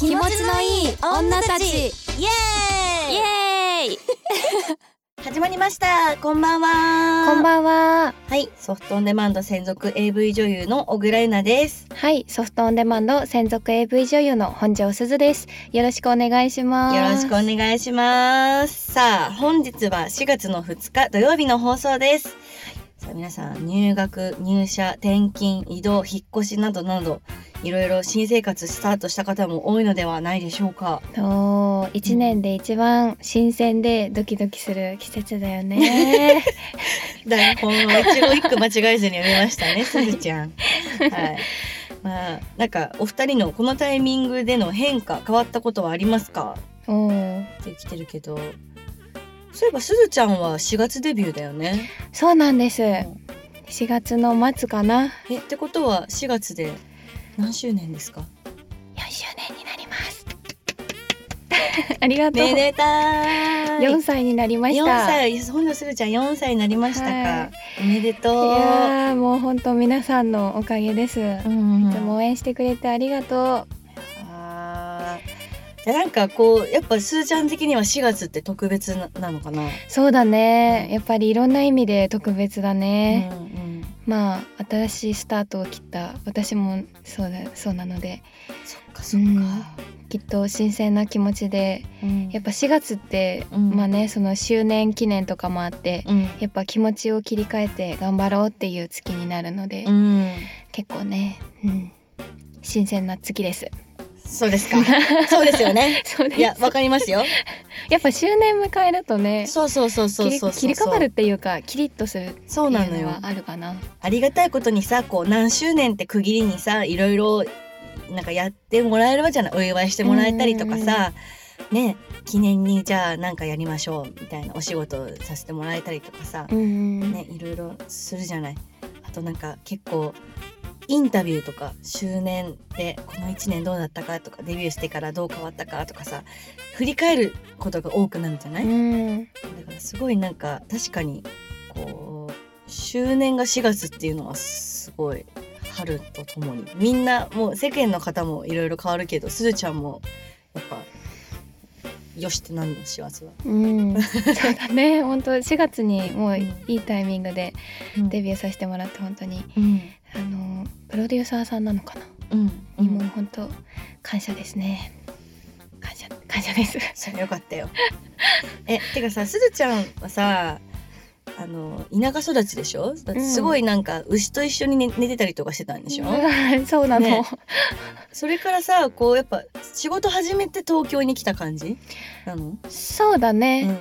気持ちのいい女たち、イエーイイエーイ始まりました。こんばんは。 こんばんは。 はい、ソフトオンデマンド専属 AV 女優の小倉優奈です。 はい、ソフトオンデマンド専属 AV 女優の本庄すずです。よろしくお願いします。 よろしくお願いします。さあ、本日は4月の2日土曜日の放送です。さあ、皆さん入学、入社、転勤、移動、引っ越しなどなどいろいろ新生活スタートした方も多いのではないでしょうか。 1年で一番新鮮でドキドキする季節だよね。 台本を一語一句間違えずに読みましたね、すずちゃん。はい。まあ、なんかお二人のこのタイミングでの変化、変わったことはありますか？って来てるけど、そういえばすずちゃんは4月デビューだよね。 そうなんです。4月の末かな。 ってことは4月で何周年ですか ？4周年になります。ありがとう。 めでたーい。 4歳になりました。 4歳、本田すずちゃん4歳になりましたか、 はい、 おめでとう。 いやー、もう本当皆さんのおかげです、いつも応援してくれてありがとう。 じゃなんかこうやっぱすずちゃん的には4月って特別 なのかな？ そうだね、やっぱりいろんな意味で特別だね、まあ新しいスタートを切った私もそうなので、 そっかそっか、 きっと新鮮な気持ちで、やっぱ4月って、まあね、その周年記念とかもあって、やっぱ気持ちを切り替えて頑張ろうっていう月になるので、結構ね、新鮮な月です。 そうですか。そうですよね。 そうです。 いや、わかりますよ。 やっぱ周年迎えるとね、 そう切り替わるっていうか、キリッとするっていうのはあるかな。 ありがたいことにさ、こう何周年って区切りにさ、いろいろなんかやってもらえるわじゃない、お祝いしてもらえたりとかさ、ね、記念にじゃあなんかやりましょうみたいなお仕事をさせてもらえたりとかさ、ね、いろいろするじゃない。あとなんか結構インタビューとか周年でこの1年どうだったかとか、デビューしてからどう変わったかとかさ、振り返ることが多くなるんじゃない？だからすごいなんか確かにこう周年が4月っていうのはすごい春とともに、みんなもう世間の方もいろいろ変わるけど、すずちゃんもやっぱよしってなるの4月は。 そうだね、本当4月にもういいタイミングでデビューさせてもらって本当に、プロデューサーさんなのかな、にも本当感謝ですね。感謝です。 それよかったよ。てかさ、すずちゃんはさ、田舎育ちでしょ？だってすごいなんか牛と一緒に寝てたりとかしてたんでしょ？ そうなの、ね、 それからさ、こうやっぱ仕事始めて東京に来た感じなの？ そうだね、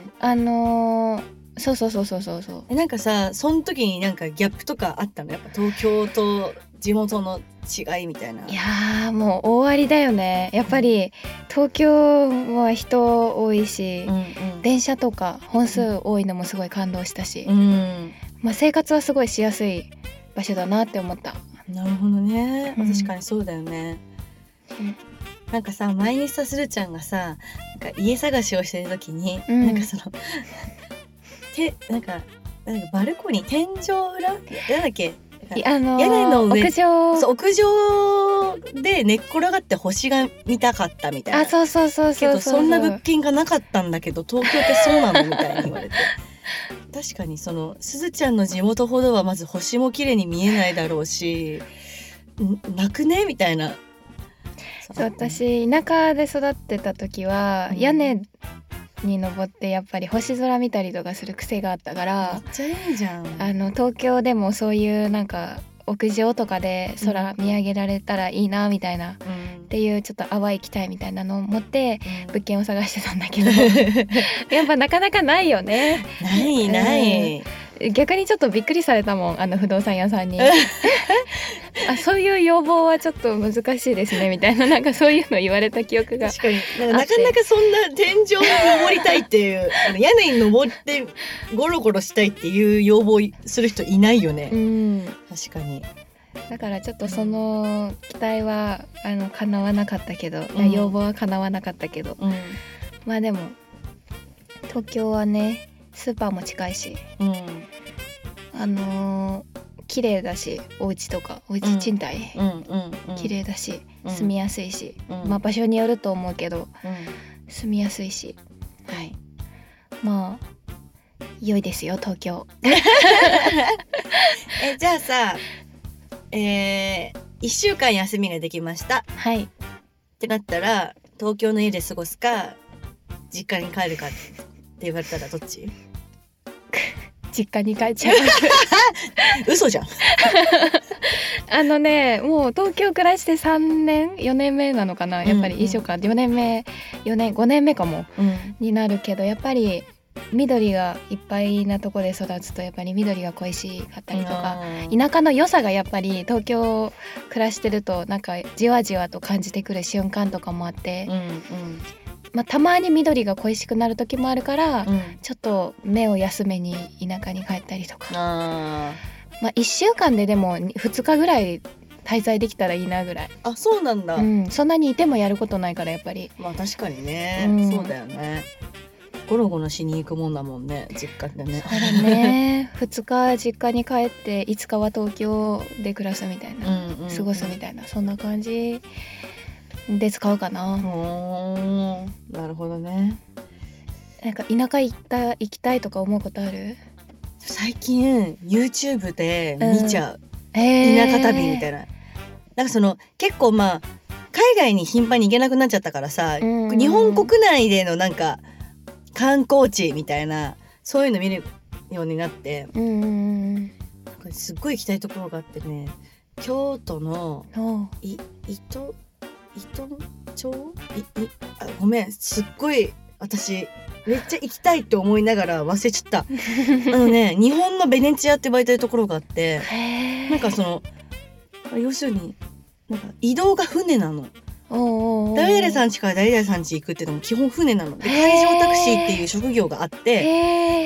そうなんかさ、その時になんかギャップとかあったの？やっぱ東京と地元の違いみたいな。 いやー、もう大ありだよね。やっぱり東京は人多いし、電車とか本数多いのもすごい感動したし、まあ、生活はすごいしやすい場所だなって思った。 なるほどね、確かにそうだよね。なんかさ、前にさ、するちゃんがさ、なんか家探しをしてる時に、なんかそのなんかバルコニー、天井裏なんだっけ、屋根の上、屋上で寝っ転がって星が見たかったみたいな。けどそんな物件がなかったんだけど、東京ってそうなのみたいに言われて。確かにそのすずちゃんの地元ほどはまず星も綺麗に見えないだろうし、なくねみたいな。 そう、私田舎で育ってた時は、屋根に登ってやっぱり星空見たりとかする癖があったから、 めっちゃいいじゃん。 東京でもそういうなんか屋上とかで空見上げられたらいいなみたいな、っていうちょっと淡い期待みたいなのを持って物件を探してたんだけど、やっぱなかなかないよね。 ない、 逆にちょっとびっくりされたもん、不動産屋さんに。そういう要望はちょっと難しいですねみたいな、なんかそういうの言われた記憶が。 確かになかなかそんな天井に登りたいっていう屋根に登ってゴロゴロしたいっていう要望する人いないよね。確かに。 だからちょっとその期待は叶わなかったけど、要望は叶わなかったけど、まあでも東京はね、スーパーも近いし、 綺麗だし、お家とかお家賃貸、綺麗だし、住みやすいし、まあ場所によると思うけど、住みやすいし、はい、まあ良いですよ東京。 じゃあさ、1週間休みができました。 はい。 ってなったら東京の家で過ごすか実家に帰るかって言われたらどっち？ 実家に帰っちゃいます。 嘘じゃん。 もう東京暮らして3年4年目なのかな、やっぱり一緒か、4年目4年5年目かも、になるけど、やっぱり緑がいっぱいなとこで育つとやっぱり緑が恋しかったりとか、田舎の良さがやっぱり東京暮らしてるとなんかじわじわと感じてくる瞬間とかもあって、まあ、たまに緑が恋しくなる時もあるから、ちょっと目を休めに田舎に帰ったりとか、まあ、1週間ででも2日ぐらい滞在できたらいいなぐらい。 あ、そうなんだ、 そんなにいてもやることないからやっぱり。 まあ確かにね、そうだよね。ゴロゴロしに行くもんだもんね、実家でね。 そうだね。2日実家に帰って5日は東京で暮らすみたいな、過ごすみたいな、そんな感じで使うかな。 なるほどね。 なんか田舎行きたいとか思うことある？ 最近 YouTube で見ちゃう、田舎旅みたいな。なんかその結構まあ海外に頻繁に行けなくなっちゃったからさ、日本国内でのなんか観光地みたいなそういうの見るようになって、なんかすっごい行きたいところがあってね、京都の伊東町、ごめん、すっごい私めっちゃ行きたいって思いながら忘れちゃった。日本のベネチアって呼ばれてるところがあって、なんかその要するになんか移動が船なの。誰々さん家から誰々さん家行くっていうのも基本船なので、海上タクシーっていう職業があって、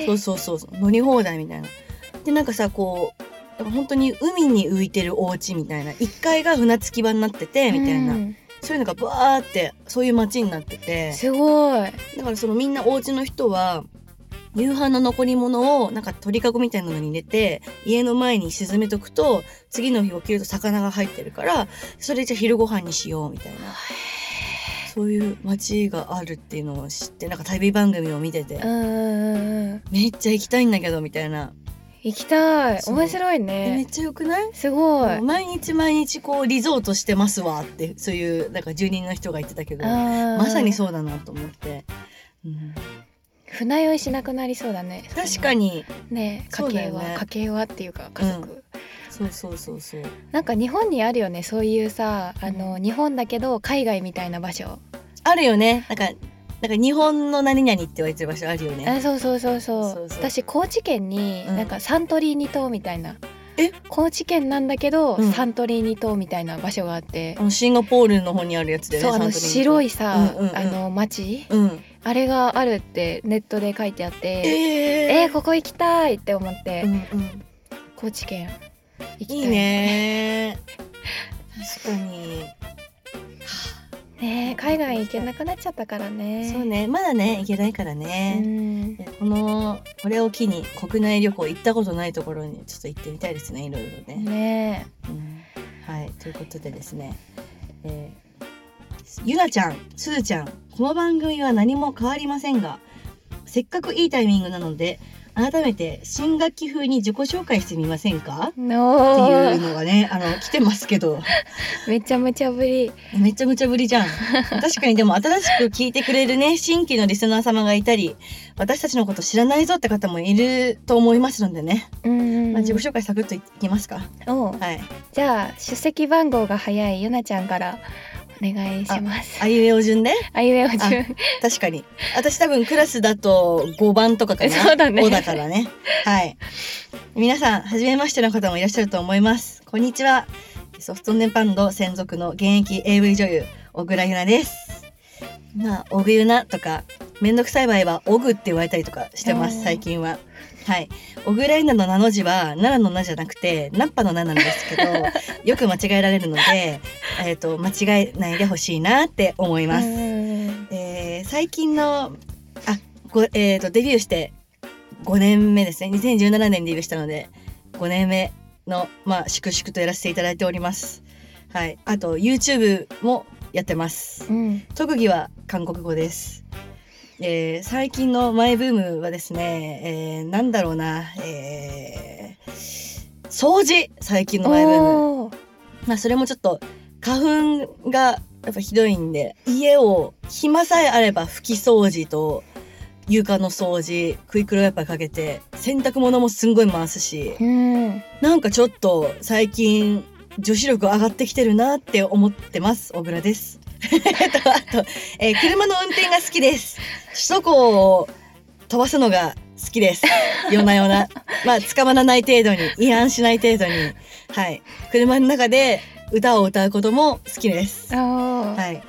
そう乗り放題みたいな。でなんかさ、こう本当に海に浮いてるお家みたいな、1階が船着き場になっててみたいな、そういうのがバーってそういう街になってて、 すごい。 だからそのみんなお家の人は夕飯の残り物をなんか鳥かごみたいなのに入れて家の前に沈めとくと、次の日起きると魚が入ってるから、それじゃ昼ご飯にしようみたいな、そういう街があるっていうのを知って、なんか旅番組を見てて、めっちゃ行きたいんだけどみたいな。 行きたい。面白いね。 めっちゃ良くない？ すごい。 毎日こうリゾートしてますわって、そういうなんか住人の人が言ってたけど、まさにそうだなと思って、 船酔いしなくなりそうだね。 確かにね、家計はっていうか家族、 そうなんか日本にあるよね、そういうさ、日本だけど海外みたいな場所あるよね。なんか日本の何々って言われてる場所あるよね。 そう私高知県になんかサントリーニ島みたいな、高知県なんだけど、サントリーニ島みたいな場所があって、 シンガポールの方にあるやつでね。 そう、白いさ、町、あれがあるってネットで書いてあって、ここ行きたいって思って、高知県行きたい。 いいね。確かにね、海外行けなくなっちゃったからね。 そうね、まだね行けないからね。これを機に国内旅行行ったことないところにちょっと行ってみたいですね、いろいろね。はい、ということでですね、ゆなちゃん、すずちゃん、この番組は何も変わりませんが、せっかくいいタイミングなので改めて新学期風に自己紹介してみませんかっていうのがね、来てますけどめちゃ無茶ぶりじゃん。確かに。でも新しく聞いてくれるね、新規のリスナー様がいたり、私たちのこと知らないぞって方もいると思いますのでね、自己紹介サクッといきますか。はい、 じゃあ出席番号が早いゆなちゃんからお願いします。 あいうえお順ね。 あいうえお順。 確かに。私多分クラスだと5番とかかな。 そうだね。 5だからね。はい。皆さん初めましての方もいらっしゃると思います。こんにちは。ソフトネバンド専属の現役 AV 女優小倉優奈です。小倉優奈とかめんどくさい場合はオグって言われたりとかしてます最近は。はい。小倉優奈の名の字は奈良の名じゃなくてナッパの名なんですけどよく間違えられるので、間違えないでほしいなって思います。最近のデビューして5年目ですね。2017年デビューしたので5年目の粛々とやらせていただいております。はい。あと YouTube もやってます。特技は韓国語です。最近のマイブームはですね、なんだろうな、掃除、最近のマイブーム。それもちょっと花粉がやっぱひどいんで、家を暇さえあれば拭き掃除と床の掃除、クイックルワイパーかけて洗濯物もすんごい回すし、なんかちょっと最近女子力上がってきてるなって思ってます。小倉です。あと、車の運転が好きです。首都高を飛ばすのが好きです。夜な夜な。捕まらない程度に、違反しない程度に。はい。車の中で歌を歌うことも好きです。はい。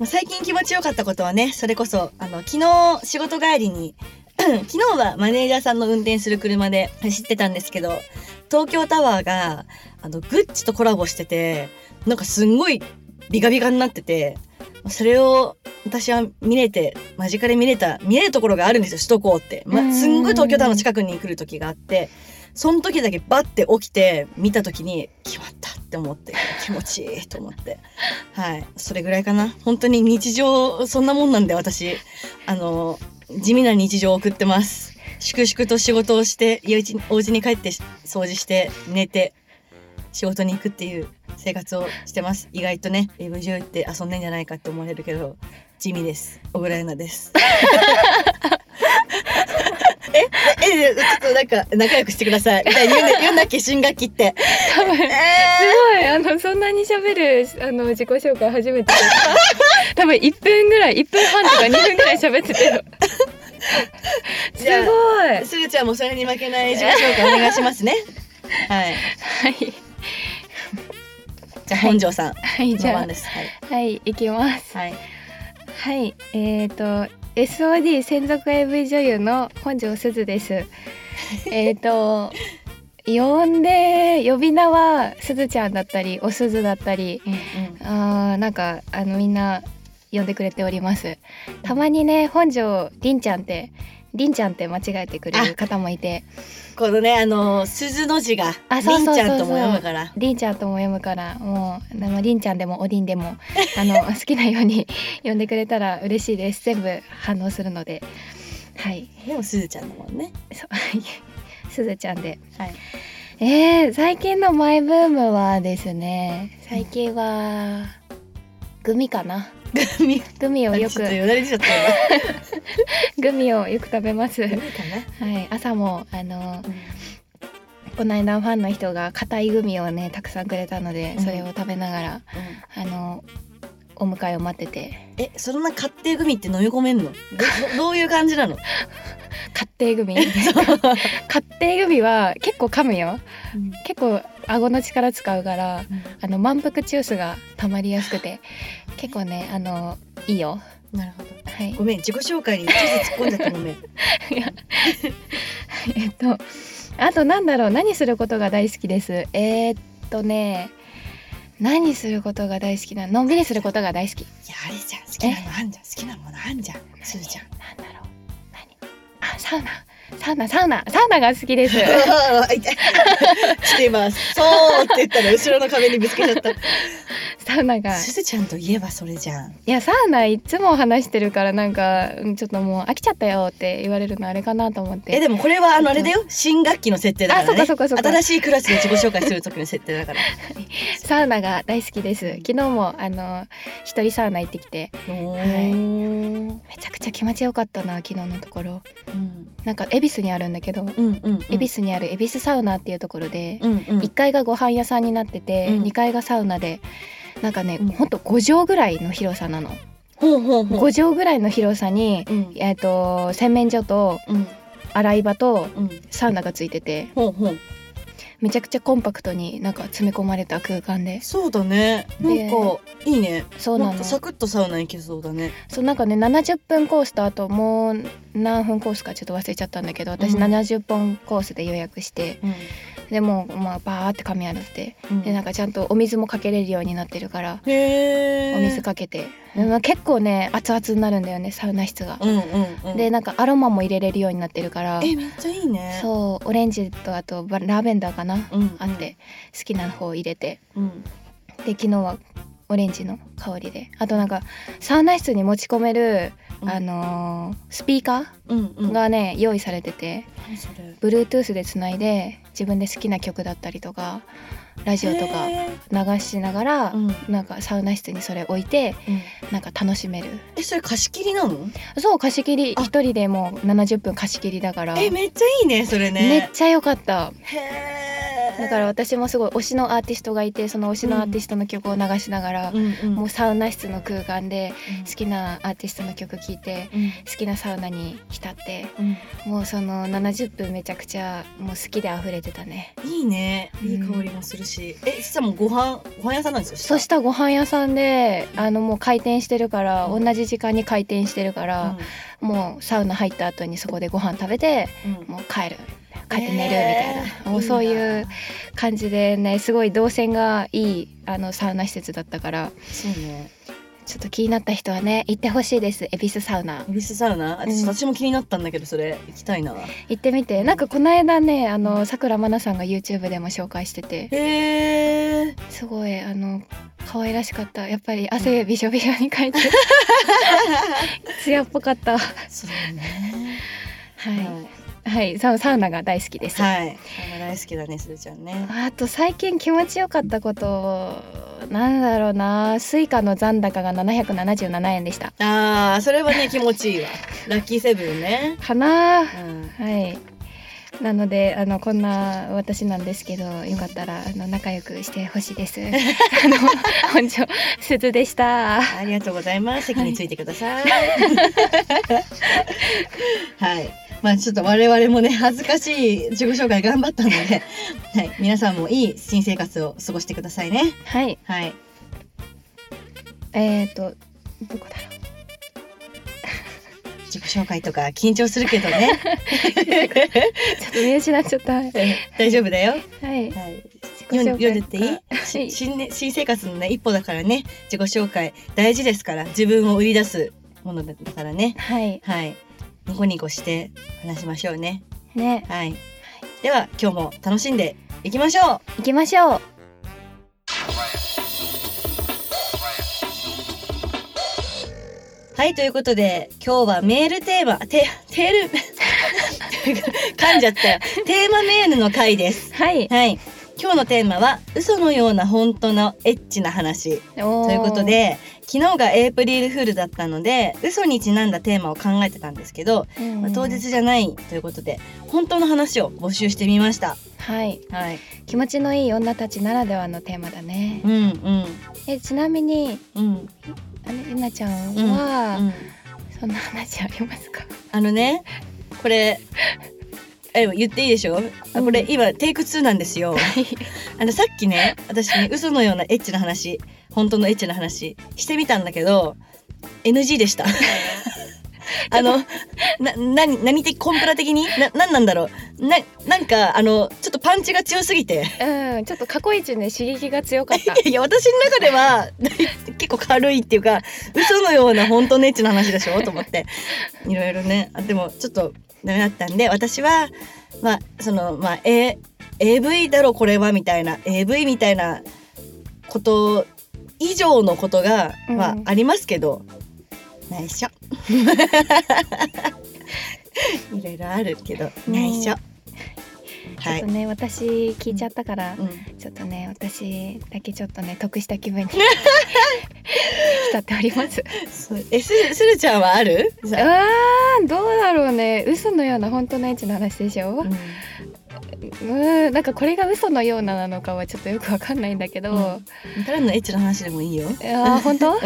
最近気持ちよかったことはね、それこそ、昨日仕事帰りに、昨日はマネージャーさんの運転する車で走ってたんですけど、東京タワーが、グッチとコラボしてて、なんかすんごいビカビカになってて、それを私は間近で見れるところがあるんですよ、首都高って。すんごい東京タワーの近くに来る時があって、その時だけバッて起きて見た時に決まったって思って、気持ちいいと思って。はい。それぐらいかな。本当に日常、そんなもんなんで私、地味な日常を送ってます。粛々と仕事をして、お家に帰って掃除して寝て仕事に行くっていう生活をしてます。意外とね、AV 女優って遊んでんじゃないかって思われるけど、地味です。小倉優奈です。ちょっとなんか仲良くしてくださいみたいに言うんだっけ、新学期って。 多分、すごいそんなに喋る自己紹介初めて多分1分半とか2分ぐらい喋ってたよ。すごい。 すぐちゃんもそれに負けない自己紹介お願いしますね。はい。 はい。 じゃあ本庄さん。 はい、じゃあはい、行きます。 はい。 はい、SOD 専属 AV 女優の本庄すずです。呼び名はすずちゃんだったりおすずだったり、なんかみんな呼んでくれております。たまにね、本庄りんちゃんって間違えてくれる方もいて、 このね、鈴の字がりんちゃんとも読むから、 りんちゃんとも読むから、もうりんちゃんでもおりんでも好きなように呼んでくれたら嬉しいです。全部反応するので。はい。 でもすずちゃんだもんね。 そうすずちゃんで。はい。最近のマイブームはですね、最近はグミかな。グミをよくちょっとよだれ出ちゃったグミをよく食べます。はい、朝もこの間ファンの人が硬いグミをねたくさんくれたので、それを食べながら、お迎えを待ってて。 そんな買ってグミって飲み込めんの？どういう感じなの？ 買ってグミ買ってグミは結構噛むよ、結構顎の力使うから、満腹ジュースが溜まりやすくて結構ねいいよ。 なるほど、 はい、 ごめん、自己紹介に一つ突っ込んじゃったごめんあとなんだろう、何することが大好きです。何することが大好きな、のんびりすることが大好き。いや、あれじゃん、好きなものあんじゃん、好きなものあんじゃん、すずちゃん。 なんだろう、サウナが好きです。 来てます。そうって言ったら後ろの壁にぶつけちゃった。 サウナが。 すずちゃんといえばそれじゃん。 いや、サウナいつも話してるからなんかちょっともう飽きちゃったよって言われるのあれかなと思って。 でもこれはあれだよ、新学期の設定だからね。そうか。新しいクラスで自己紹介する時の設定だから。 サウナが大好きです。昨日も一人サウナ行ってきて、めちゃくちゃ気持ちよかったな、昨日のところ。なんか恵比寿にあるんだけど、恵比寿にある恵比寿サウナっていうところで、1階がご飯屋さんになってて、2階がサウナで、なんかね、ほんと5畳ぐらいの広さなの。5畳ぐらいの広さに、洗面所と洗い場とサウナがついてて、めちゃくちゃコンパクトになんか詰め込まれた空間で。 そうだね。なんかいいね。 そうなの。 もっとサクッとサウナ行けそうだね。 そうなんかね70分コースとあともう何分コースかちょっと忘れちゃったんだけど、私70分コースで予約して、でもまあバーって髪洗って、でなんかちゃんとお水もかけれるようになってるから、お水かけて、結構ね熱々になるんだよねサウナ室が。でなんかアロマも入れれるようになってるから、 めっちゃいいね。 そうオレンジとあとラベンダーかな、あって好きな方入れて、で昨日はオレンジの香りで、あとなんかサウナ室に持ち込める、スピーカーがね、用意されてて、Bluetooth でつないで自分で好きな曲だったりとかラジオとか流しながら、なんかサウナ室にそれ置いて、なんか楽しめる。 それ貸し切りなの？ そう貸し切り、一人でもう70分貸し切りだから。めっちゃいいねそれね。 めっちゃ良かった。 へだから私もすごい推しのアーティストがいて、その推しのアーティストの曲を流しながら、もうサウナ室の空間で好きなアーティストの曲聴いて、好きなサウナに浸って、もうその70分めちゃくちゃもう好きで溢れてたね。 いいね、いい香りもするし、下もご飯屋さんなんですよ。 そうしたご飯屋さんでもう開店してるから、同じ時間に開店してるから、もうサウナ入った後にそこでご飯食べて、もう帰って寝るみたいな、もうそういう感じでね、すごい動線がいいサウナ施設だったから。 そうね、 ちょっと気になった人はね行ってほしいです。恵比寿サウナ。 恵比寿サウナ、私も気になったんだけど、それ行きたいな。 行ってみて。なんかこの間ねさくらまなさんが YouTube でも紹介してて、すごい可愛らしかった。やっぱり汗びしょびしょにかいて艶っぽかった。 そうだね。 はい、サウナが大好きです。 はい、サウナ大好きだね、すずちゃんね。 あと最近気持ちよかったことなんだろうな、スイカの残高が777円でした。 それはね気持ちいいわ。ラッキーセブンねかな、はい。なのでこんな私なんですけど、よかったら仲良くしてほしいです本庄すずでした。 ありがとうございます。席についてください。はい、まあちょっと我々もね恥ずかしい自己紹介頑張ったので、はい、皆さんもいい新生活を過ごしてくださいね。 はいはい。どこだろう。 自己紹介とか緊張するけどねちょっと見失っちゃった。 大丈夫だよ。 はい、 はい、読んでっていい？新生活のね一歩だからね、自己紹介大事ですから、自分を売り出すものだからね。はいはい、ニコニコして話しましょうね。 ね。 はい。では今日も楽しんでいきましょう。 行きましょう。 はい、ということで今日はメールテーマ噛んじゃったよ。テーマメールの回です。 はいはい。今日のテーマは嘘のような本当のエッチな話ということで、昨日がエイプリルフールだったので嘘にちなんだテーマを考えてたんですけど、当日じゃないということで本当の話を募集してみました。 はいはい。気持ちのいい女たちならではのテーマだね。ちなみに、ゆなちゃんは、そんな話ありますか？ これ言っていいでしょ？これ今テイク2なんですよ。さっきね、私ね嘘のようなエッチな話、本当のエッチな話してみたんだけど NG でした。何的コンプラ的に何なんだろう、なんかちょっとパンチが強すぎて、 ちょっと過去一ね刺激が強かった。 いや私の中では結構軽いっていうか、嘘のような本当のエッチな話でしょと思っていろいろね。でもちょっとダメだったんで、私はAV だろこれはみたいな、 AV みたいなこと以上のことが、ありますけど、内緒いろいろあるけど内緒。 ちょっとね、私聞いちゃったから、ちょっとね私だけちょっとね得した気分に浸っております。 するちゃんはある？ どうだろうね。嘘のような本当のエッチな話でしょ。なんかこれが嘘のようなのかはちょっとよくわかんないんだけど、 ただのエッチな話でもいいよ。 本当？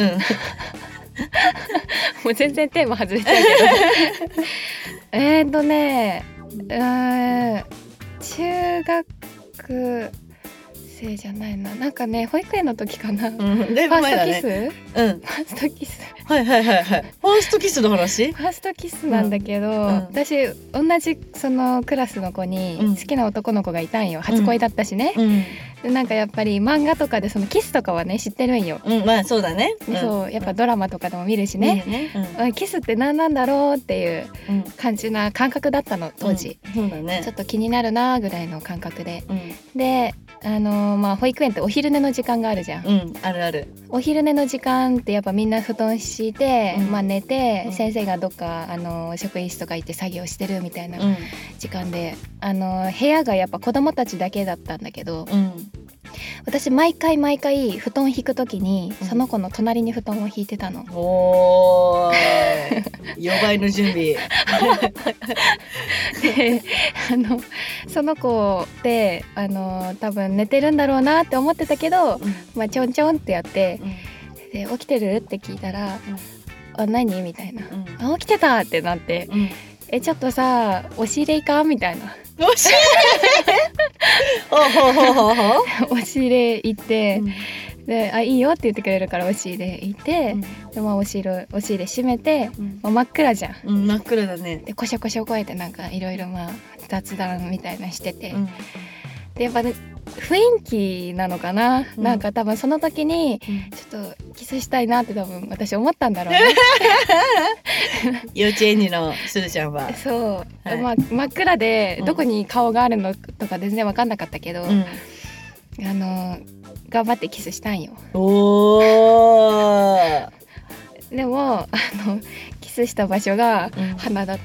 もう全然テーマ外れちゃうけど中学生じゃないな、なんかね保育園の時かな、 だいぶ前だね。 ファーストキスはいはいはいはい。ファーストキスの話？ ファーストキスなんだけど、私同じそのクラスの子に好きな男の子がいたんよ、初恋だったしね、でなんかやっぱり漫画とかでそのキスとかはね知ってるんよ、 まあそうだね、 そうやっぱドラマとかでも見るしね、キスって何なんだろうっていう感覚だったの当時、 そうだね、 ちょっと気になるなぐらいの感覚で、でまあ保育園ってお昼寝の時間があるじゃん、 あるある。 お昼寝の時間ってやっぱみんな布団敷いて、まあ寝て、先生がどっか職員室とか行って作業してるみたいな時間で、部屋がやっぱ子供たちだけだったんだけど、私毎回布団引くときにその子の隣に布団を引いてたの。 おー予売の準備でその子って多分寝てるんだろうなって思ってたけど、まあ、ちょんちょんってやって、で起きてるって聞いたら、あ何みたいな、あ起きてたってなって、ちょっとさ押し入れいかみたいな押し押し入れ行って、でいいよって言ってくれるから押し入れ行って、でまあ、押し入れ閉めて、真っ暗じゃん、 真っ暗だね。 でコショコショこえてなんかいろいろまあ雑談みたいなしてて、でやっぱね雰囲気なのかな、なんか多分その時にちょっとキスしたいなって多分私思ったんだろうね幼稚園児のすずちゃんはそう、まあ、真っ暗でどこに顔があるのとか全然分かんなかったけど、頑張ってキスしたんよ。 おーでもキスした場所が鼻だった、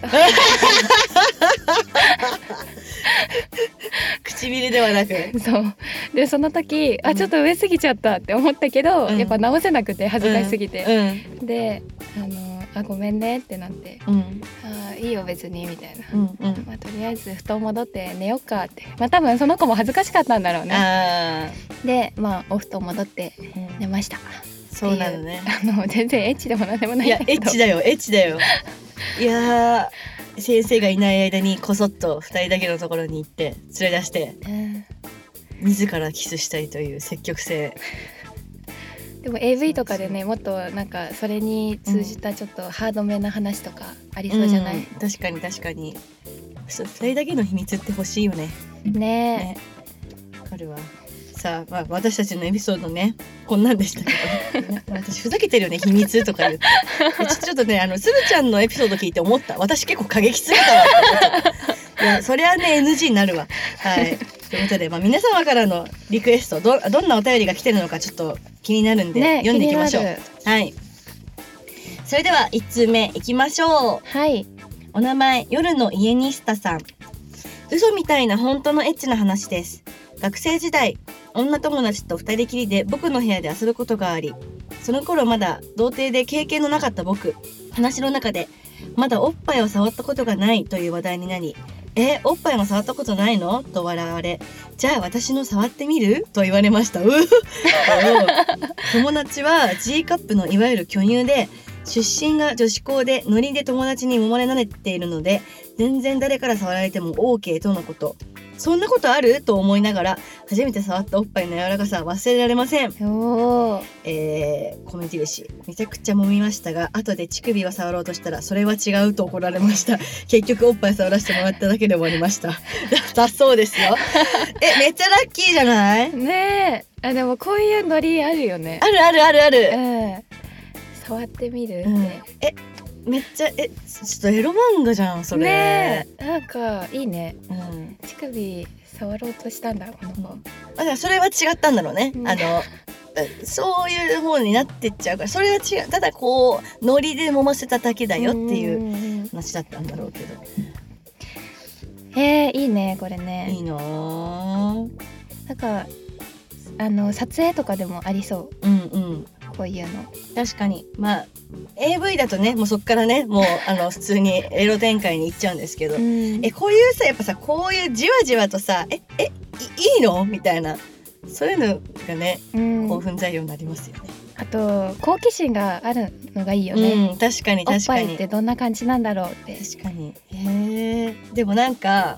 唇ではなく。 そうでその時ちょっと上すぎちゃったって思ったけど、やっぱ直せなくて恥ずかしすぎて、でごめんねってなって、いいよ別にみたいな、まあ、とりあえず布団戻って寝よっかって、まあ多分その子も恥ずかしかったんだろうね。でまあお布団戻って寝ました。 そうなのね。 全然エッチでもなんでもないんだけど。 いやエッチだよエッチだよ。いや先生がいない間にこそっと2人だけのところに行って連れ出して、自らキスしたいという積極性。 でも AV とかでねもっとなんかそれに通じたちょっとハードめな話とかありそうじゃない？ 確かに確かに。2人だけの秘密って欲しいよね。 ねわかるわ。さあ、まあ、私たちのエピソードねこんなんでしたけど私ふざけてるよね秘密とか言ってちょっとねすずちゃんのエピソード聞いて思った。私結構過激すぎたわっていやそれはね NG になるわ。はいということで、まあ、皆様からのリクエスト どんなお便りが来てるのかちょっと気になるんで、読んでいきましょう。はい、それでは1通目いきましょう。 はい、 お名前夜の家ニスタさん。嘘みたいな本当のエッチな話です。学生時代女友達と2人きりで僕の部屋で遊ぶことがあり、その頃まだ童貞で経験のなかった僕、話の中でまだおっぱいを触ったことがないという話題になり、おっぱいも触ったことないのと笑われ、じゃあ私の触ってみると言われました。友達は G カップのいわゆる巨乳で、出身が女子校でノリで友達に揉まれ慣れているので、全然誰から触られても OK とのこと。そんなことあると思いながら初めて触ったおっぱいの柔らかさは忘れられません。米印めちゃくちゃ揉みましたが、後で乳首を触ろうとしたらそれは違うと怒られました。結局おっぱい触らせてもらっただけで終わりました。だそうですよ。めっちゃラッキーじゃないねえ。でもこういうノリあるよね。 ある、 触ってみる、 めっちゃちょっとエロ漫画じゃんそれね。なんかいいね、乳首触ろうとしたんだこの子、 だからそれは違ったんだろうね、そういう方になってっちゃうから、それは違う、ただこうノリで揉ませただけだよっていう話だったんだろうけど、 いいねこれね。 いいな。 なんか撮影とかでもありそう。こういうの確かに。まあ AV だとねもうそっからねもう普通にエロ展開に行っちゃうんですけど、こういうさやっぱさこういうじわじわとさいいのみたいな、そういうのがね、興奮材料になりますよね。 あと好奇心があるのがいいよね。 確かにおっぱいってどんな感じなんだろうって。 確かに。でもなんか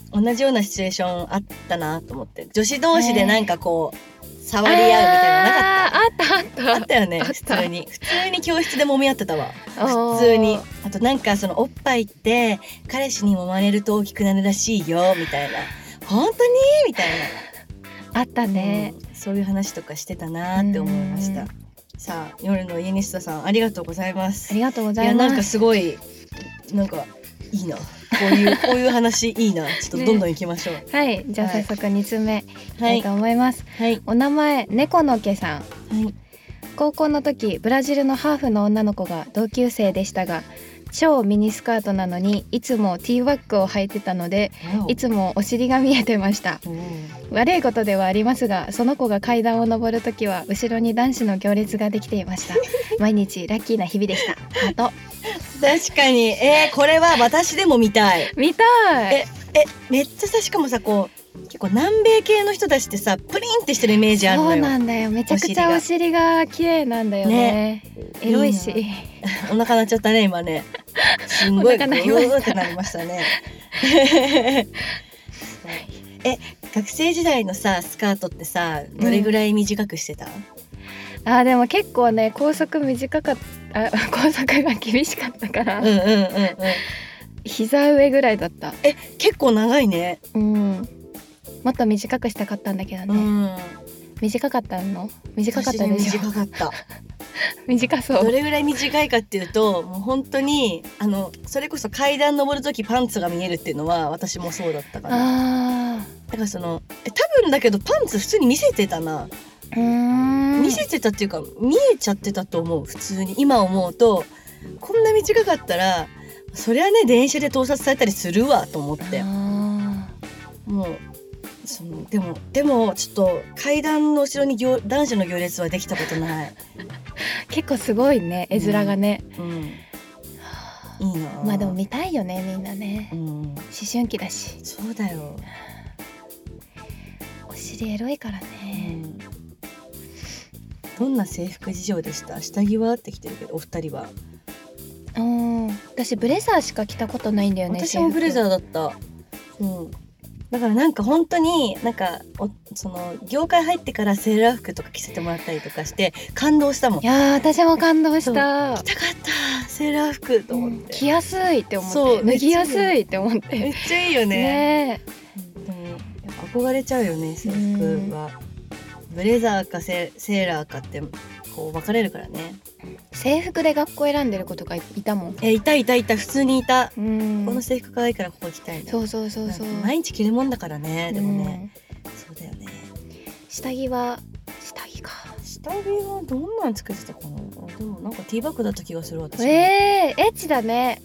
同じようなシチュエーションあったなと思って、女子同士でなんかこう触り合うみたいなのなかった？あったよね。普通に教室で揉み合ってたわ。普通に。あとなんかそのおっぱいって彼氏に揉まれると大きくなるらしいよみたいな、本当にみたいなあったね、 そういう話とかしてたなって思いました。さあ、夜のイエニストさんありがとうございます。 ありがとうございます。 いや、なんかすごいなんかいいな、こういう話いいな。ちょっとどんどん行きましょう、ね、 はい、じゃあ早速2つ目いきたいと思います、 はい、 お名前猫の毛さん、 はい、 高校の時ブラジルのハーフの女の子が同級生でしたが、超ミニスカートなのにいつもティーバッグを履いてたので、いつもお尻が見えてました。悪いことではありますが、その子が階段を上るときは後ろに男子の行列ができていました。毎日ラッキーな日々でした。ハート。 確かに、これは私でも見たい。 見たい。 めっちゃさ、しかもさ、こう結構南米系の人たちってさ、プリンってしてるイメージあるのよ。 そうなんだよ。めちゃくちゃお尻が綺麗なんだよね。エロいし。 お腹鳴っちゃったね今ね。すんごいグーってなりましたね。学生時代のさスカートってさ、どれぐらい短くしてた？ でも結構ね、校則短かった。校則が厳しかったから、膝上ぐらいだった。 結構長いね。 もっと短くしたかったんだけどね。短かったの？短かったでしょ。 短かった短そう。 どれぐらい短いかっていうと、もう本当にそれこそ階段登る時パンツが見えるっていうのは私もそうだったから。だから多分だけどパンツ普通に見せてたな。見せてたっていうか見えちゃってたと思う。普通に今思うと、こんな短かったらそりゃね電車で盗撮されたりするわと思って。もうでもちょっと階段の後ろに男子の行列はできたことない。 結構すごいね、絵面がね。 いいな。 まあでも見たいよね、みんなね。思春期だし。 そうだよ。 お尻エロいからね。 どんな制服事情でした？下着はってきてるけど、お二人は？ 私ブレザーしか着たことないんだよね。 私もブレザーだった。だからなんか本当になんかその業界入ってからセーラー服とか着せてもらったりとかして感動したもん。 いや私も感動した。 着たかったセーラー服と思って、 着やすいって思って、脱ぎやすいって思って、 めっちゃいいよね。でもやっぱ憧れちゃうよね、制服は。ブレザーかセーラーかってこう分かれるからね。 制服で学校選んでる子とかいたもん。 いた普通にいた。この制服可愛いからここ行きたい、ね、 そう毎日着るもんだからね。でもね、そうだよね。下着はどんなんつけてたかな。でもなんかティーバッグだった気がする私。 エッチだね。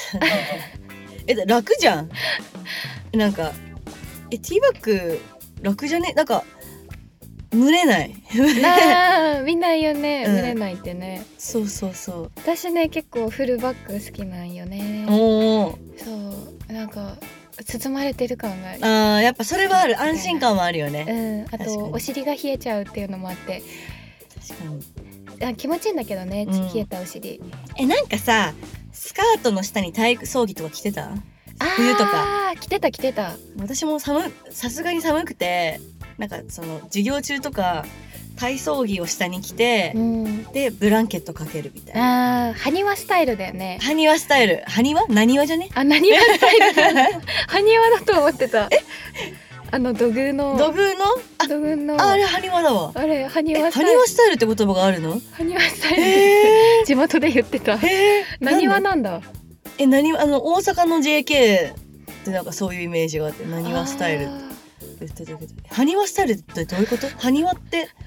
楽じゃん。なんかティーバッグ楽じゃね。なんか蒸れない。 みんな言うね、蒸れないってね。 そう私ね結構フルバッグ好きなんよね。そうなんか包まれてる感がある。 やっぱそれはある。安心感はあるよね。 あとお尻が冷えちゃうっていうのもあって、確かに気持ちいいんだけどね、冷えたお尻。 なんかさスカートの下に体育装着とか着てた？冬とか。 着てた。 私もさすがに寒くて、なんかその授業中とか体操着を下に着て、でブランケットかけるみたいな。 埴輪スタイルだよね。 埴輪スタイル。埴輪？何輪じゃね？ 何輪スタイルだね。埴輪だと思ってた。土偶のあれ埴輪だわ。あれ埴輪スタイルって言葉があるの？ 埴輪スタイルって地元で言ってた。何輪なんだ。大阪の JK ってなんかそういうイメージがあって、何輪スタイルって言ってたけど、埴輪スタイルってどういうこと？埴輪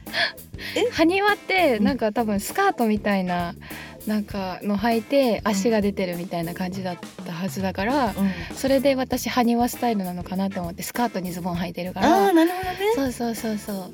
ってなんか多分スカートみたいななんかの履いて足が出てるみたいな感じだったはずだから、それで私埴輪スタイルなのかなと思って、スカートにズボン履いてるから。 なるほどね。 そう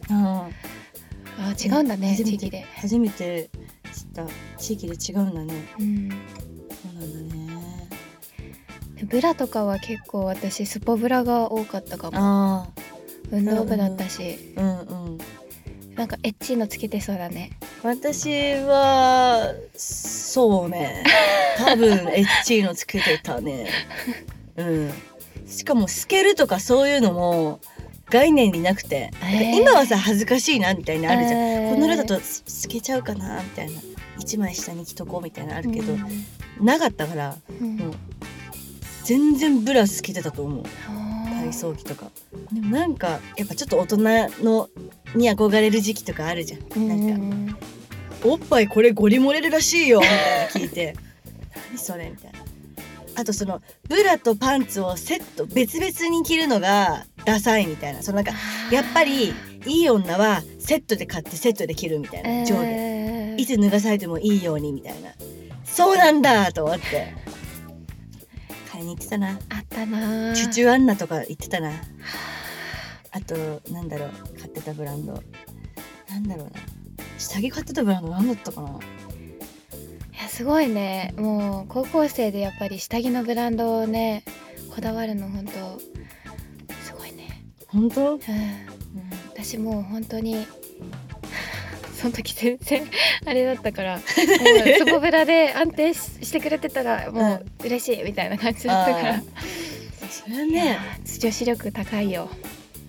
違うんだね。地域で初めて知った。地域で違うんだね。そうなんだね。 ブラとかは結構私スポブラが多かったかも。運動部だったし、なんかエッチのつけてそうだね。 私はそうね、多分エッチのつけてたね。 しかも透けるとかそういうのも概念になくて、今はさ恥ずかしいなみたいなあるじゃん、この色だと透けちゃうかなみたいな、1枚下に着とこうみたいなあるけど、なかったから、もう全然ブラ透けてたと思う、体操着とか。でもなんかやっぱちょっと大人のに憧れる時期とかあるじゃん、なんかおっぱいこれゴリ漏れるらしいよみたいな聞いて何それみたいな。あとそのブラとパンツをセット別々に着るのがダサいみたいな、そのなんかやっぱりいい女はセットで買ってセットで着るみたいな、上下いつ脱がされてもいいようにみたいな。そうなんだと思って買いに行ってたな。 あったな。 チュチュアンナとか行ってたな。あとなんだろう、買ってたブランドなんだろうな、下着買ってたブランド何だったかな。 いやすごいね、もう高校生でやっぱり下着のブランドをねこだわるの本当すごいね。 本当？ 私もう本当にその時全然あれだったからそこブラで安定してくれてたらもう嬉しいみたいな感じだったから、 それはね女子力高いよ。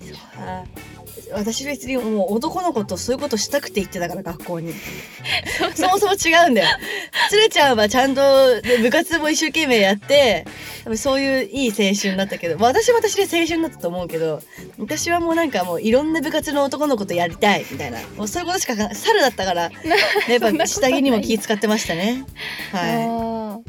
私別にもう男の子とそういうことしたくて行ってたから学校にそもそも違うんだよ。つるちゃんはちゃんと部活も一生懸命やって多分そういういい青春だったけど、私は私で青春だったと思うけど、私はもうなんかもういろんな部活の男の子とやりたいみたいな、もうそういうことしか猿だったからやっぱ下着にも気使ってましたね。はい、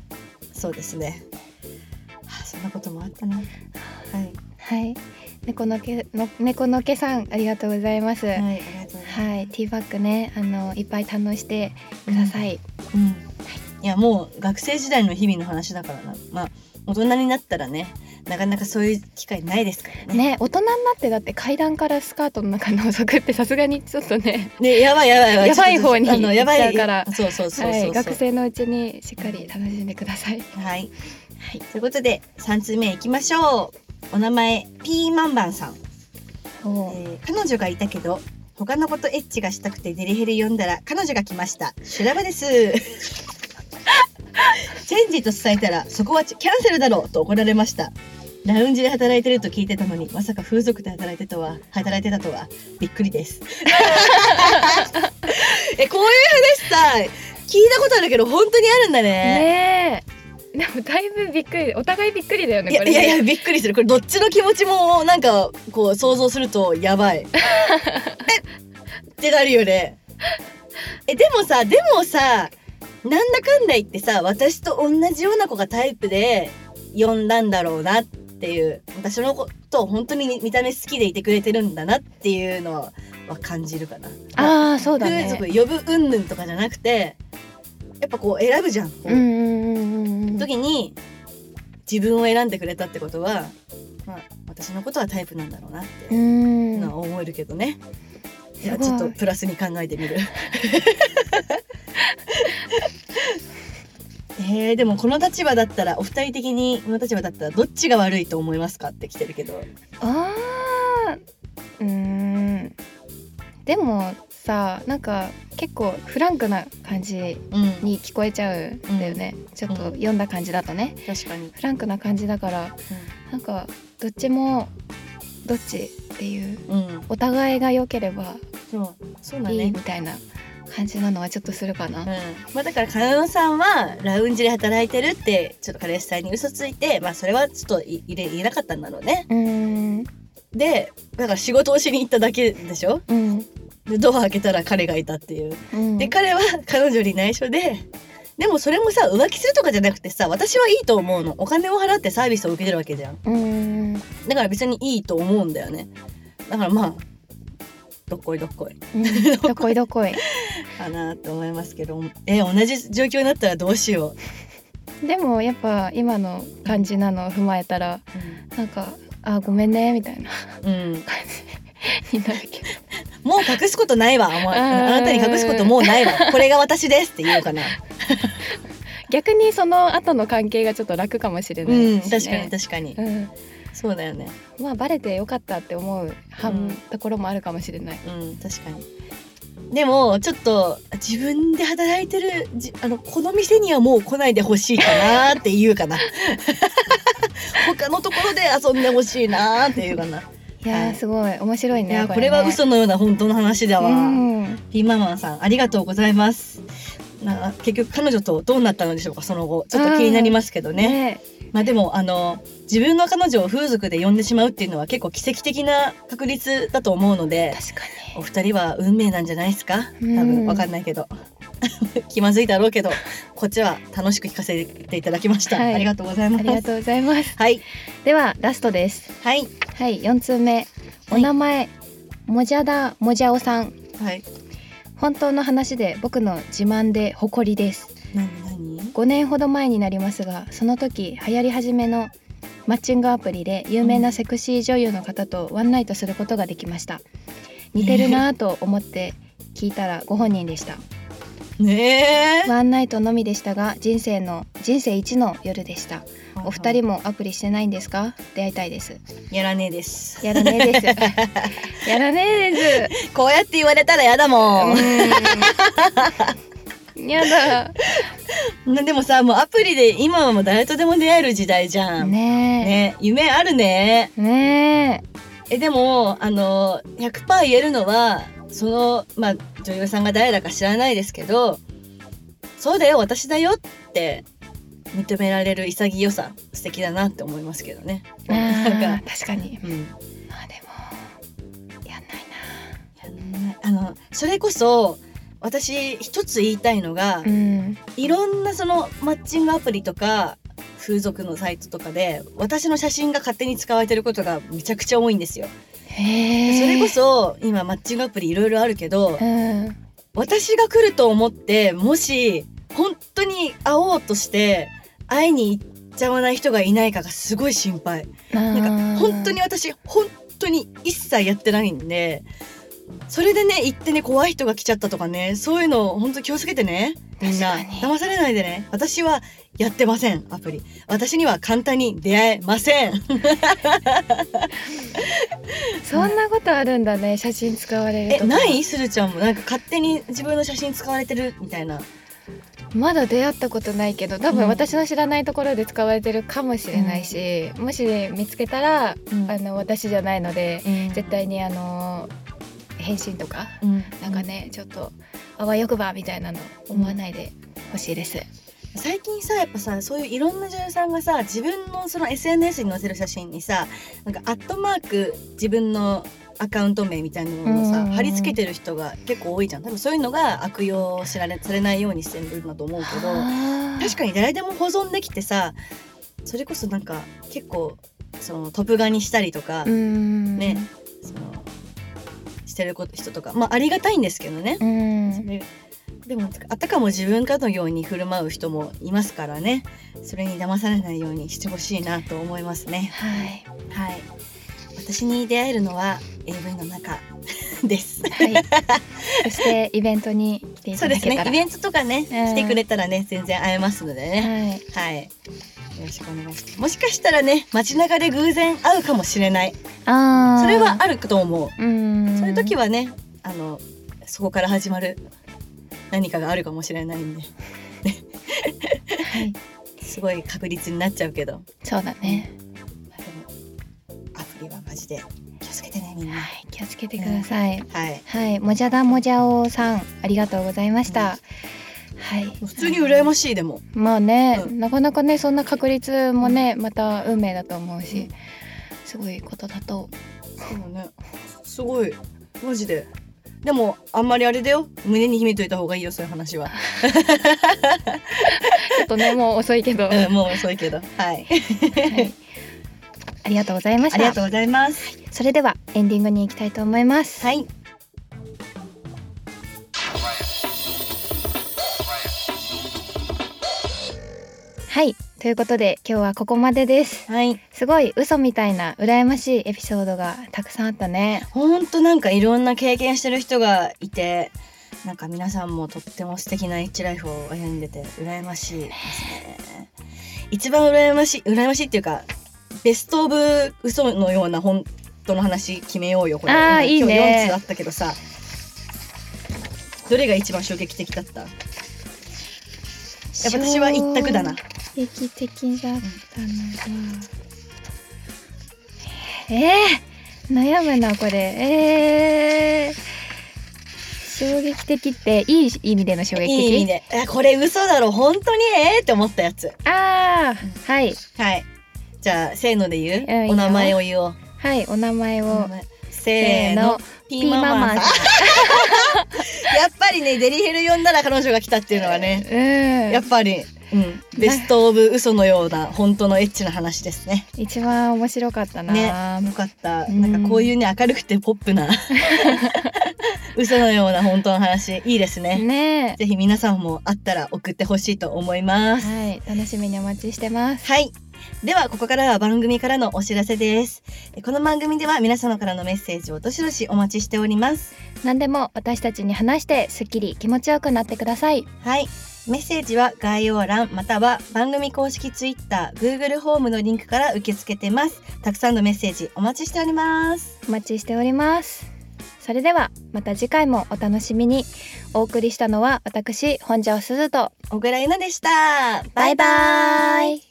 そうですね。そんなこともあったな。はいはい猫のけさんありがとうございます。はい、 ありがとうございます。 はい、ティーバッグねいっぱい堪能してください。 いやもう学生時代の日々の話だからな。まあ大人になったらねなかなかそういう機会ないですからね。 大人になってだって階段からスカートの中覗くってさすがにちょっとね。 やばい方に行っちゃうから。 そう、 学生のうちにしっかり楽しんでください。 はい。ということで3通目いきましょう。お名前ピーマンバンさん。彼女がいたけど他の子とエッチがしたくてデリヘル呼んだら彼女が来ました。修羅場です。チェンジと伝えたらそこはキャンセルだろうと怒られました。ラウンジで働いてると聞いてたのにまさか風俗で働いてたとはびっくりです。こういう話さ聞いたことあるけど本当にあるんだね。 でもだいぶびっくり、お互いびっくりだよね。これいやびっくりする。これどっちの気持ちもなんかこう想像するとやばいってなるよね。でもさなんだかんだ言ってさ私と同じような子がタイプで呼んだんだろうなっていう、私のことを本当に見た目好きでいてくれてるんだなっていうのは感じるかな。 そうだね。 風俗呼ぶ云々とかじゃなくてやっぱこう選ぶじゃん。時に自分を選んでくれたってことは、私のことはタイプなんだろうなってのは思えるけどね。いやちょっとプラスに考えてみる。でもこの立場だったらお二人的にこの立場だったらどっちが悪いと思いますかって来てるけど。 でもさなんか結構フランクな感じに聞こえちゃうんだよね、ちょっと読んだ感じだとね。 確かにフランクな感じだから、なんかどっちもどっちっていう、お互いが良ければいいみたいな感じなのはちょっとするかな。 だからカノさんはラウンジで働いてるってちょっと彼氏さんに嘘ついて、それはちょっと言えなかったんだろうね。でだから仕事をしに行っただけでしょ。でドア開けたら彼がいたっていう、で彼は彼女に内緒でもそれもさ浮気するとかじゃなくてさ私はいいと思うの。お金を払ってサービスを受けてるわけじゃん。だから別にいいと思うんだよね。だからどっこいかなと思いますけど、同じ状況になったらどうしよう。でもやっぱ今の感じなのを踏まえたら、なんかごめんねみたいな感じになるけど。 もう隠すことないわ、あなたに隠すこともうないわ、これが私ですって言うかな。 逆にその後の関係がちょっと楽かもしれない、 確かに、そうだよね。 バレてよかったって思うところもあるかもしれない。 確かに。でもちょっと自分で働いてるこの店にはもう来ないでほしいかなって言うかな。他かのところで遊んでほしいなっていうかな。 いやすごい面白いね。 いやこれは嘘のような本当の話だわ。ピーママンさんありがとうございます。結局彼女とどうなったのでしょうか、その後ちょっと気になりますけどね。まあでも自分の彼女を風俗で呼んでしまうっていうのは結構奇跡的な確率だと思うので、 確かにお二人は運命なんじゃないですか。多分わかんないけど気まずいだろうけどこっちは楽しく聞かせていただきました、ありがとうございます。 ありがとうございます。 はい、 ではラストです。はい、4通目、お名前、もじゃだもじゃおさん。はい、本当の話で僕の自慢で誇りです。5年ほど前になりますが、その時流行り始めのマッチングアプリで有名なセクシー女優の方とワンナイトすることができました。似てるなと思って聞いたらご本人でした。ワンナイトのみでしたが人生一の夜でした。お二人もアプリしてないんですか？出会いたいです。 やらねえです。 やらねえです。やらねえです。 こうやって言われたらやだもん。 やだ。 でもさ、もうアプリで今はもう誰とでも出会える時代じゃん。ね、夢あるね。ねえ。でも100% 言えるのは女優さんが誰だか知らないですけど、そうだよ私だよって認められる潔さ素敵だなって思いますけどね。 なんか確かに、まあでもやんないな。 それこそ私一つ言いたいのが、いろんなそのマッチングアプリとか風俗のサイトとかで私の写真が勝手に使われてることがめちゃくちゃ多いんですよ。それこそ今マッチングアプリいろいろあるけど、私が来ると思ってもし本当に会おうとして会いに行っちゃわない人がいないかがすごい心配。なんか本当に私本当に一切やってないんで、それでね行ってね怖い人が来ちゃったとかね、そういうの本当気をつけてね。みんな騙されないでね。私はやってませんアプリ。私には簡単に出会えません。 そんなことあるんだね。写真使われるとか。 ないするちゃんもなんか勝手に自分の写真使われてるみたいな。 まだ出会ったことないけど多分私の知らないところで使われてるかもしれないし、もし見つけたら、私じゃないので、絶対に返信とか、なんかねちょっとあわよくばみたいなの思わないでほしいです。 最近さやっぱさそういういろんな女優さんがさ自分のその SNS に載せる写真にさなんかアットマーク自分のアカウント名みたいなのをさ貼り付けてる人が結構多いじゃん。多分そういうのが悪用されないようにしてるんだと思うけど、確かに誰でも保存できてさ、それこそなんか結構そのトップ画にしたりとかね、そのしてる人とかありがたいんですけどね。でもあたかも自分かのように振る舞う人もいますからね。それに騙されないようにしてほしいなと思いますね。はい。私に出会えるのは AV の中です。 そしてイベントに来ていただけたら。そうですね。イベントとかね、来てくれたらね全然会えますのでね。はい。よろしくお願いします。もしかしたらね街中で偶然会うかもしれない。それはあると思う。そういう時はねそこから始まる何かがあるかもしれないんで、すごい確率になっちゃうけど。 そうだね。 アプリはマジで気をつけてねみんな。 気をつけてください。もじゃだもじゃおさんありがとうございました。 普通に羨ましい。でもまあね、なかなかねそんな確率もねまた運命だと思うし、すごいことだと。 そうだね。すごいマジで。でもあんまりあれだよ、胸に秘めといた方がいいよそういう話は。 ちょっとねもう遅いけど、 もう遅いけどありがとうございました。 ありがとうございます。 それではエンディングに行きたいと思います。ということで今日はここまでです。すごい嘘みたいな羨ましいエピソードがたくさんあったね。 ほんとなんかいろんな経験してる人がいて、なんか皆さんもとっても素敵なエッチライフを歩んでて羨ましいですね。一番羨ましいっていうかベストオブ嘘のような本当の話決めようよこれ。 いいね。 今日4つあったけどさ、どれが一番衝撃的だった？私は一択だな。 衝撃的だったのが悩むなこれ。衝撃的っていい意味での衝撃的？ いい意味で。これ嘘だろ本当にって思ったやつ。 はい。 じゃあせーので言う？お名前を言おう。 はい、お名前を。 せーの。ピーママンさん。やっぱりね、デリヘル呼んだら彼女が来たっていうのはね、やっぱり、ベストオブ嘘のような本当のエッチな話ですね。 一番面白かったな。 ね、よかった。なんかこういうね、明るくてポップな嘘のような本当の話、いいですね。 ね、 ぜひ皆さんもあったら送ってほしいと思います。 はい、楽しみにお待ちしてます。 はい。ではここからは番組からのお知らせです。この番組では皆様からのメッセージをどしどしお待ちしております。 何でも私たちに話してすっきり気持ちよくなってください。 はい、メッセージは概要欄または番組公式 Twitter、Google ホームのリンクから受け付けてます。たくさんのメッセージお待ちしております。 お待ちしております。それではまた次回もお楽しみに。お送りしたのは私本庄すずと小倉優奈でした。バイバイ。